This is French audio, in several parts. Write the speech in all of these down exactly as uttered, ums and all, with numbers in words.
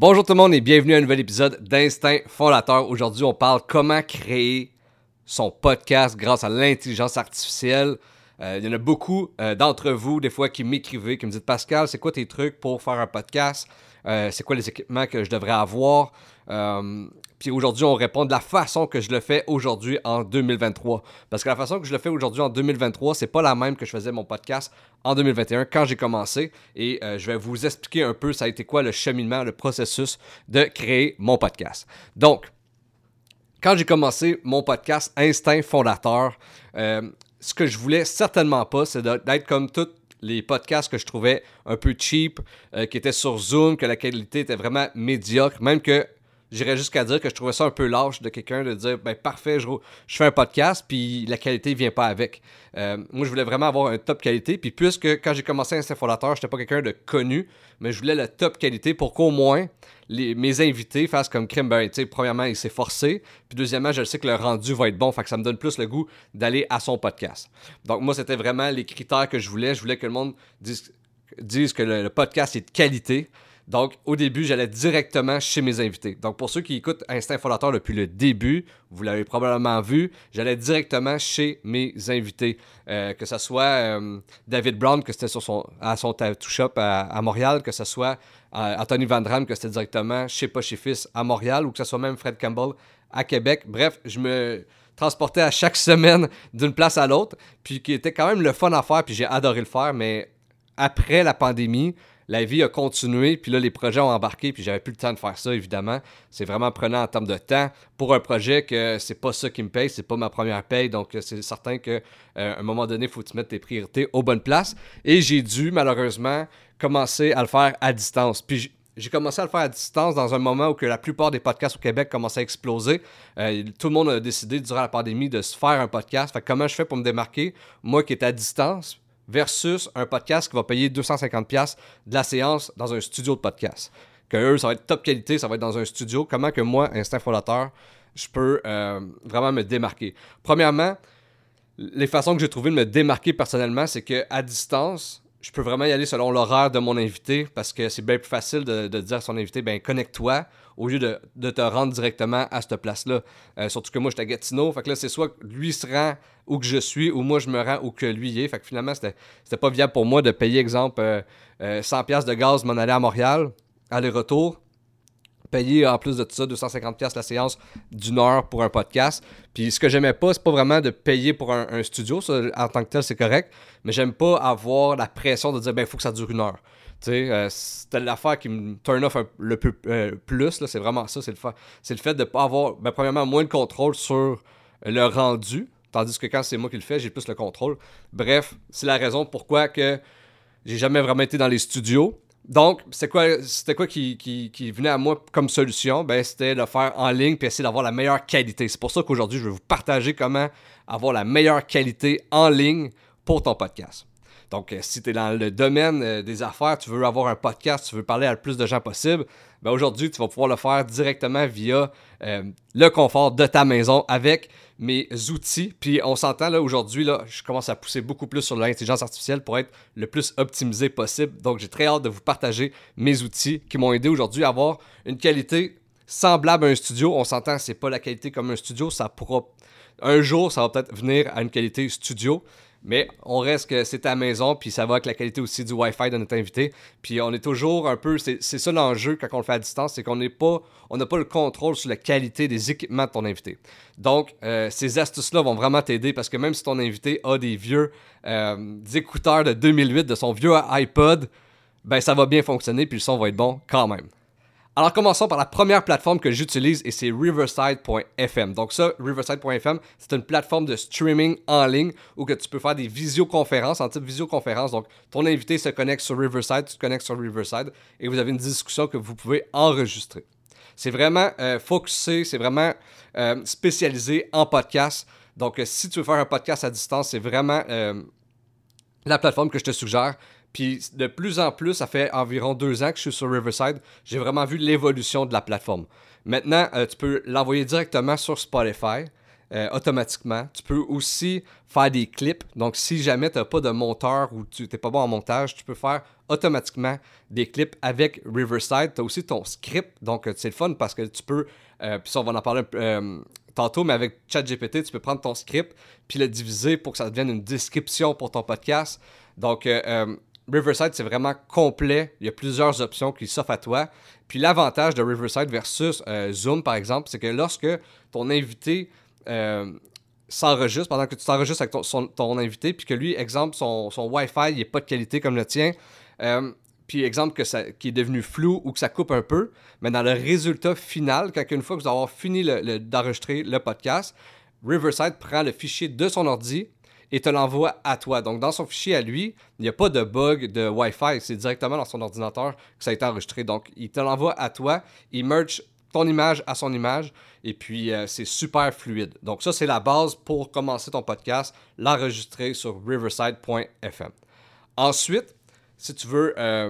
Bonjour tout le monde et bienvenue à un nouvel épisode d'Instinct Fondateur. Aujourd'hui, on parle comment créer son podcast grâce à l'intelligence artificielle. Euh, il y en a beaucoup euh, d'entre vous, des fois, qui m'écrivez, qui me disent « Pascal, c'est quoi tes trucs pour faire un podcast? Euh, c'est quoi les équipements que je devrais avoir? Euh, » Puis aujourd'hui, on répond de la façon que je le fais aujourd'hui en deux mille vingt-trois. Parce que la façon que je le fais aujourd'hui en deux mille vingt-trois, c'est pas la même que je faisais mon podcast en deux mille vingt et un quand j'ai commencé. Et euh, je vais vous expliquer un peu ça a été quoi le cheminement, le processus de créer mon podcast. Donc, quand j'ai commencé mon podcast Instinct Fondateur, euh, ce que je voulais certainement pas, c'est d'être comme tous les podcasts que je trouvais un peu cheap, euh, qui étaient sur Zoom, que la qualité était vraiment médiocre, même que j'irais jusqu'à dire que je trouvais ça un peu lâche de quelqu'un de dire ben parfait, je, je fais un podcast puis la qualité vient pas avec. Euh, moi, je voulais vraiment avoir une top qualité. Puis puisque quand j'ai commencé Instinct Fondateur, j'étais pas quelqu'un de connu, mais je voulais la top qualité pour qu'au moins les, mes invités fassent comme crime. Ben, tu sais, premièrement, il s'est forcé. Puis deuxièmement, je sais que le rendu va être bon. Fait que ça me donne plus le goût d'aller à son podcast. Donc moi, c'était vraiment les critères que je voulais. Je voulais que le monde dise, dise que le, le podcast est de qualité. Donc, au début, j'allais directement chez mes invités. Donc, pour ceux qui écoutent Instinct Fondateur depuis le début, vous l'avez probablement vu, j'allais directement chez mes invités. Euh, que ce soit euh, David Brown, que c'était sur son, à son tattoo shop à, à Montréal, que ce soit euh, Anthony Van Dram, que c'était directement chez Poche et Fils à Montréal, ou que ce soit même Fred Campbell à Québec. Bref, je me transportais à chaque semaine d'une place à l'autre, puis qui était quand même le fun à faire, puis j'ai adoré le faire, mais après la pandémie, la vie a continué, puis là, les projets ont embarqué, puis j'avais plus le temps de faire ça, évidemment. C'est vraiment prenant en termes de temps pour un projet que c'est pas ça qui me paye, c'est pas ma première paye, donc c'est certain qu'à euh, un moment donné, il faut que tu mettes tes priorités aux bonnes places. Et j'ai dû, malheureusement, commencer à le faire à distance. Puis j'ai commencé à le faire à distance dans un moment où que la plupart des podcasts au Québec commençaient à exploser. Euh, tout le monde a décidé, durant la pandémie, de se faire un podcast. Fait que comment je fais pour me démarquer, moi qui est à distance, versus un podcast qui va payer deux cent cinquante dollars de la séance dans un studio de podcast. Que eux, ça va être top qualité, ça va être dans un studio. Comment que moi, Instinct Fondateur, je peux euh, vraiment me démarquer? Premièrement, les façons que j'ai trouvé de me démarquer personnellement, c'est qu'à distance, je peux vraiment y aller selon l'horaire de mon invité parce que c'est bien plus facile de, de dire à son invité, ben connecte-toi au lieu de, de te rendre directement à cette place-là. Euh, surtout que moi, j'étais à Gatineau. Fait que là, c'est soit lui se rend où que je suis ou moi, je me rends où que lui y est. Fait que finalement, c'était, c'était pas viable pour moi de payer, exemple, euh, euh, cent dollars de gaz, m'en aller à Montréal, aller-retour. Payer en plus de tout ça deux cent cinquante dollars la séance d'une heure pour un podcast. Puis ce que j'aimais pas, c'est pas vraiment de payer pour un, un studio, ça, en tant que tel, c'est correct, mais j'aime pas avoir la pression de dire ben il faut que ça dure une heure. Tu sais, euh, c'était l'affaire qui me turn off un, le peu euh, plus, là, c'est vraiment ça, c'est le fait, c'est le fait de pas avoir, ben, premièrement, moins de contrôle sur le rendu, tandis que quand c'est moi qui le fais, j'ai plus le contrôle. Bref, c'est la raison pourquoi que j'ai jamais vraiment été dans les studios. Donc, c'était quoi, c'était quoi qui, qui, qui venait à moi comme solution? Ben, c'était de le faire en ligne et essayer d'avoir la meilleure qualité. C'est pour ça qu'aujourd'hui, je vais vous partager comment avoir la meilleure qualité en ligne pour ton podcast. Donc, si tu es dans le domaine des affaires, tu veux avoir un podcast, tu veux parler à le plus de gens possible, ben aujourd'hui, tu vas pouvoir le faire directement via euh, le confort de ta maison avec mes outils. Puis on s'entend là aujourd'hui, là, je commence à pousser beaucoup plus sur l'intelligence artificielle pour être le plus optimisé possible. Donc j'ai très hâte de vous partager mes outils qui m'ont aidé aujourd'hui à avoir une qualité semblable à un studio. On s'entend, c'est pas la qualité comme un studio, ça pourra un jour, ça va peut-être venir à une qualité studio. Mais on reste que c'est à la maison, puis ça va avec la qualité aussi du Wi-Fi de notre invité. Puis on est toujours un peu... C'est, c'est ça l'enjeu quand on le fait à distance, c'est qu'on n'est pas... On n'a pas le contrôle sur la qualité des équipements de ton invité. Donc, euh, ces astuces-là vont vraiment t'aider parce que même si ton invité a des vieux euh, des écouteurs de deux mille huit, de son vieux iPod, ben ça va bien fonctionner, puis le son va être bon quand même. Alors, commençons par la première plateforme que j'utilise et c'est riverside point f m. Donc ça, riverside point f m, c'est une plateforme de streaming en ligne où que tu peux faire des visioconférences, en type visioconférence. Donc, ton invité se connecte sur Riverside, tu te connectes sur Riverside et vous avez une discussion que vous pouvez enregistrer. C'est vraiment euh, focusé, c'est vraiment euh, spécialisé en podcast. Donc, euh, si tu veux faire un podcast à distance, c'est vraiment euh, la plateforme que je te suggère. Puis de plus en plus, ça fait environ deux ans que je suis sur Riverside, j'ai vraiment vu l'évolution de la plateforme. Maintenant, euh, tu peux l'envoyer directement sur Spotify, euh, automatiquement. Tu peux aussi faire des clips. Donc, si jamais tu n'as pas de monteur ou tu n'es pas bon en montage, tu peux faire automatiquement des clips avec Riverside. Tu as aussi ton script, donc c'est le fun parce que tu peux, euh, puis ça on va en parler un peu euh, tantôt, mais avec ChatGPT, tu peux prendre ton script puis le diviser pour que ça devienne une description pour ton podcast. Donc, euh, euh, Riverside, c'est vraiment complet. Il y a plusieurs options qui s'offrent à toi. Puis l'avantage de Riverside versus euh, Zoom, par exemple, c'est que lorsque ton invité euh, s'enregistre, pendant que tu t'enregistres avec ton, son, ton invité, puis que lui, exemple, son, son Wi-Fi n'est pas de qualité comme le tien, euh, puis exemple, que ça, qui est devenu flou ou que ça coupe un peu, mais dans le résultat final, quand une fois que vous avez fini le, le, d'enregistrer le podcast, Riverside prend le fichier de son ordi et te l'envoie à toi. Donc, dans son fichier à lui, il n'y a pas de bug de Wi-Fi. C'est directement dans son ordinateur que ça a été enregistré. Donc, il te l'envoie à toi. Il merge ton image à son image. Et puis, euh, c'est super fluide. Donc, ça, c'est la base pour commencer ton podcast, l'enregistrer sur riverside point f m. Ensuite, si tu veux... Euh...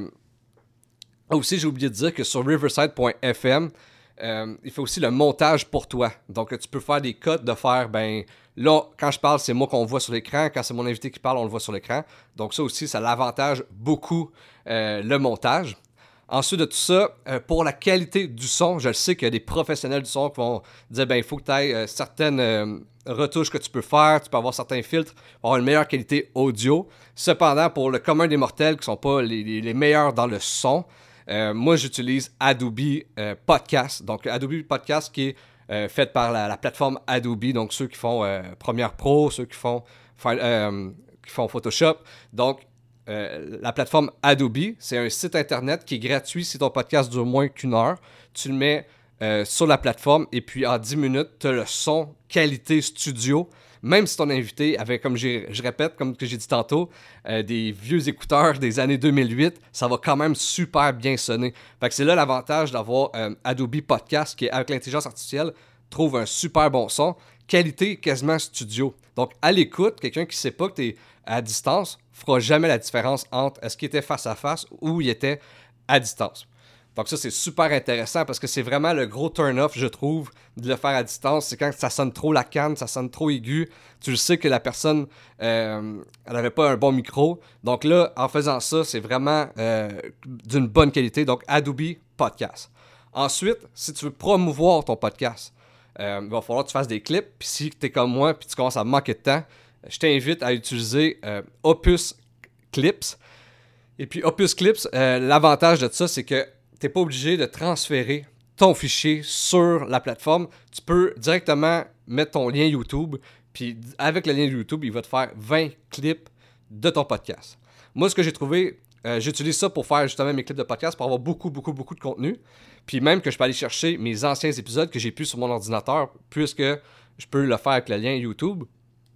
Aussi, j'ai oublié de dire que sur riverside point f m, euh, il fait aussi le montage pour toi. Donc, tu peux faire des codes de faire, ben... Là, quand je parle, c'est moi qu'on voit sur l'écran. Quand c'est mon invité qui parle, on le voit sur l'écran. Donc ça aussi, ça l'avantage beaucoup euh, le montage. Ensuite de tout ça, euh, pour la qualité du son, je le sais qu'il y a des professionnels du son qui vont dire, ben il faut que tu aies euh, certaines euh, retouches que tu peux faire, tu peux avoir certains filtres pour avoir une meilleure qualité audio. Cependant, pour le commun des mortels qui ne sont pas les, les, les meilleurs dans le son, euh, moi j'utilise Adobe euh, Podcast. Donc Adobe Podcast qui est Euh, faite par la, la plateforme Adobe, donc ceux qui font euh, Premiere Pro, ceux qui font, euh, qui font Photoshop. Donc, euh, la plateforme Adobe, c'est un site internet qui est gratuit si ton podcast dure moins qu'une heure. Tu le mets euh, sur la plateforme et puis en dix minutes, tu as le son qualité studio. Même si ton invité avait, comme j'ai, je répète, comme que j'ai dit tantôt, euh, des vieux écouteurs des années deux mille huit, ça va quand même super bien sonner. Fait que c'est là l'avantage d'avoir euh, Adobe Podcast qui, avec l'intelligence artificielle, trouve un super bon son. Qualité quasiment studio. Donc, à l'écoute, quelqu'un qui ne sait pas que tu es à distance ne fera jamais la différence entre est-ce qu'il était face à face ou il était à distance. Donc ça, c'est super intéressant parce que c'est vraiment le gros turn-off, je trouve, de le faire à distance. C'est quand ça sonne trop la canne, ça sonne trop aigu. Tu le sais que la personne, euh, elle n'avait pas un bon micro. Donc là, en faisant ça, c'est vraiment euh, d'une bonne qualité. Donc, Adobe Podcast. Ensuite, si tu veux promouvoir ton podcast, euh, il va falloir que tu fasses des clips. Puis si tu es comme moi puis tu commences à manquer de temps, je t'invite à utiliser euh, Opus Clips. Et puis Opus Clips, euh, l'avantage de ça, c'est que tu n'es pas obligé de transférer ton fichier sur la plateforme. Tu peux directement mettre ton lien YouTube, puis avec le lien YouTube, il va te faire vingt clips de ton podcast. Moi, ce que j'ai trouvé, euh, j'utilise ça pour faire justement mes clips de podcast, pour avoir beaucoup, beaucoup, beaucoup de contenu. Puis même que je peux aller chercher mes anciens épisodes que j'ai pu sur mon ordinateur, puisque je peux le faire avec le lien YouTube.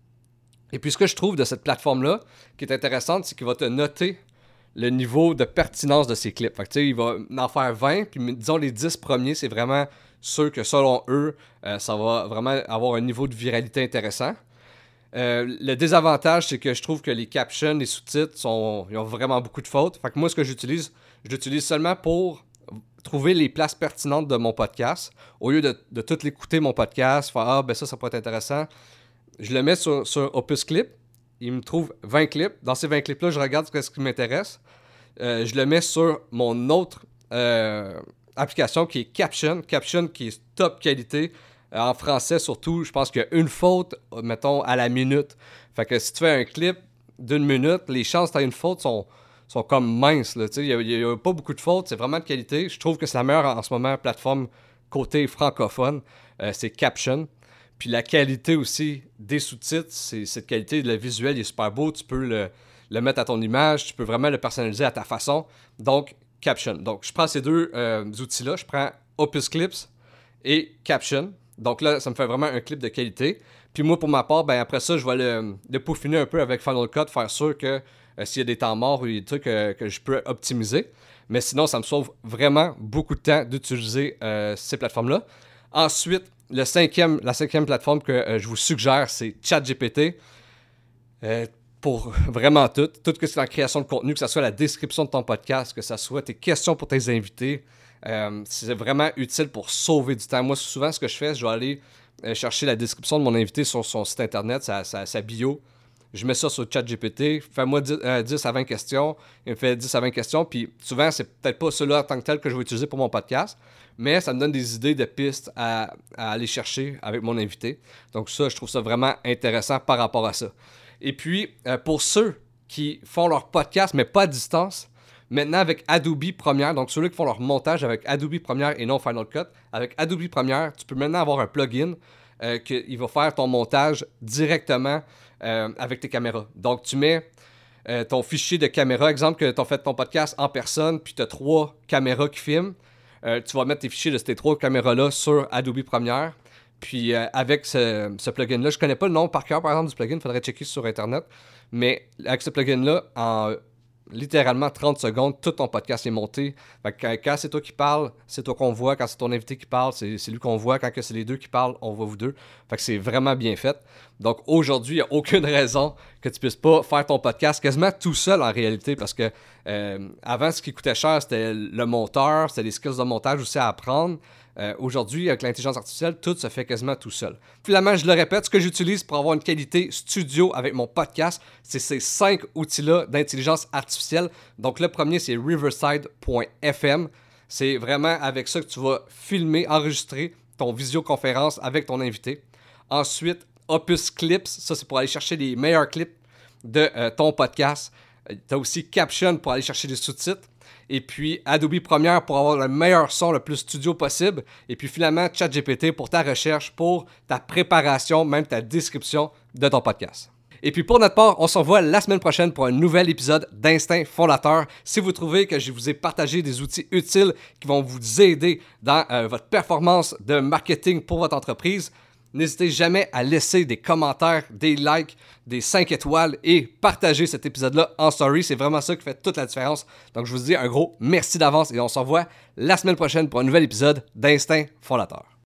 Et puis ce que je trouve de cette plateforme-là, qui est intéressante, c'est qu'il va te noter le niveau de pertinence de ces clips. Fait que, tu sais, il va en faire vingt, puis disons les dix premiers, c'est vraiment ceux que selon eux, euh, ça va vraiment avoir un niveau de viralité intéressant. Euh, le désavantage, c'est que je trouve que les captions, les sous-titres, sont, ils ont vraiment beaucoup de fautes. Fait que moi, ce que j'utilise, je l'utilise seulement pour trouver les places pertinentes de mon podcast. Au lieu de, de tout l'écouter, mon podcast, faire « Ah, ben ça, ça peut être intéressant », je le mets sur, sur Opus Clip. Il me trouve vingt clips. Dans ces vingt clips-là, je regarde ce qui m'intéresse. Euh, je le mets sur mon autre euh, application qui est Caption. Caption qui est top qualité. Euh, en français surtout, je pense qu'il y a une faute, mettons, à la minute. Fait que si tu fais un clip d'une minute, les chances que tu aies une faute sont, sont comme minces. Il n'y a, a pas beaucoup de fautes. C'est vraiment de qualité. Je trouve que c'est la meilleure en ce moment plateforme côté francophone. Euh, c'est Caption. Puis la qualité aussi des sous-titres, c'est cette qualité, le visuel il est super beau, tu peux le, le mettre à ton image, tu peux vraiment le personnaliser à ta façon. Donc, Caption. Donc, je prends ces deux euh, outils-là, je prends Opus Clips et Caption. Donc là, ça me fait vraiment un clip de qualité. Puis moi, pour ma part, ben après ça, je vais le, le peaufiner un peu avec Final Cut, faire sûr que euh, s'il y a des temps morts ou des trucs euh, que je peux optimiser. Mais sinon, ça me sauve vraiment beaucoup de temps d'utiliser euh, ces plateformes-là. Ensuite, le cinquième, la cinquième plateforme que euh, je vous suggère, c'est ChatGPT. Euh, pour vraiment tout. Tout ce qui est la création de contenu, que ce soit la description de ton podcast, que ce soit tes questions pour tes invités. Euh, c'est vraiment utile pour sauver du temps. Moi, souvent, ce que je fais, je vais aller euh, chercher la description de mon invité sur son site internet, sa, sa, sa bio. je mets ça sur ChatGPT, fais-moi dix, euh, dix à vingt questions, il me fait dix à vingt questions, puis souvent, c'est peut-être pas ceux-là en tant que tel que je vais utiliser pour mon podcast, mais ça me donne des idées de pistes à, à aller chercher avec mon invité. Donc ça, je trouve ça vraiment intéressant par rapport à ça. Et puis, euh, pour ceux qui font leur podcast, mais pas à distance, maintenant avec Adobe Premiere, donc ceux-là qui font leur montage avec Adobe Premiere et non Final Cut, avec Adobe Premiere, tu peux maintenant avoir un plugin euh, qui va faire ton montage directement euh, avec tes caméras. Donc, tu mets euh, ton fichier de caméra, exemple que tu as fait ton podcast en personne, puis tu as trois caméras qui filment. Euh, tu vas mettre tes fichiers de ces trois caméras-là sur Adobe Premiere. Puis euh, avec ce, ce plugin-là, je connais pas le nom par cœur, par exemple, du plugin, il faudrait checker sur Internet. Mais avec ce plugin-là, en littéralement trente secondes, tout ton podcast est monté. Fait que quand, quand c'est toi qui parles, c'est toi qu'on voit. Quand c'est ton invité qui parle, c'est, c'est lui qu'on voit. Quand que c'est les deux qui parlent, on voit vous deux. Fait que c'est vraiment bien fait. Donc aujourd'hui, il n'y a aucune raison que tu puisses pas faire ton podcast quasiment tout seul en réalité, parce que euh, avant, ce qui coûtait cher, c'était le monteur, c'était les skills de montage aussi à apprendre. Euh, aujourd'hui, avec l'intelligence artificielle, tout se fait quasiment tout seul. Finalement, je le répète, ce que j'utilise pour avoir une qualité studio avec mon podcast, c'est ces cinq outils-là d'intelligence artificielle. Donc, le premier, c'est riverside point f m. C'est vraiment avec ça que tu vas filmer, enregistrer ton visioconférence avec ton invité. Ensuite, Opus Clips, ça, c'est pour aller chercher les meilleurs clips de euh, ton podcast. Tu as aussi Caption pour aller chercher les sous-titres. Et puis Adobe Premiere pour avoir le meilleur son le plus studio possible. Et puis finalement, ChatGPT pour ta recherche, pour ta préparation, même ta description de ton podcast. Et puis pour notre part, on se revoit la semaine prochaine pour un nouvel épisode d'Instinct Fondateur. Si vous trouvez que je vous ai partagé des outils utiles qui vont vous aider dans euh, votre performance de marketing pour votre entreprise, n'hésitez jamais à laisser des commentaires, des likes, des cinq étoiles et partager cet épisode-là en story. C'est vraiment ça qui fait toute la différence. Donc, je vous dis un gros merci d'avance et on se revoit la semaine prochaine pour un nouvel épisode d'Instinct Fondateur.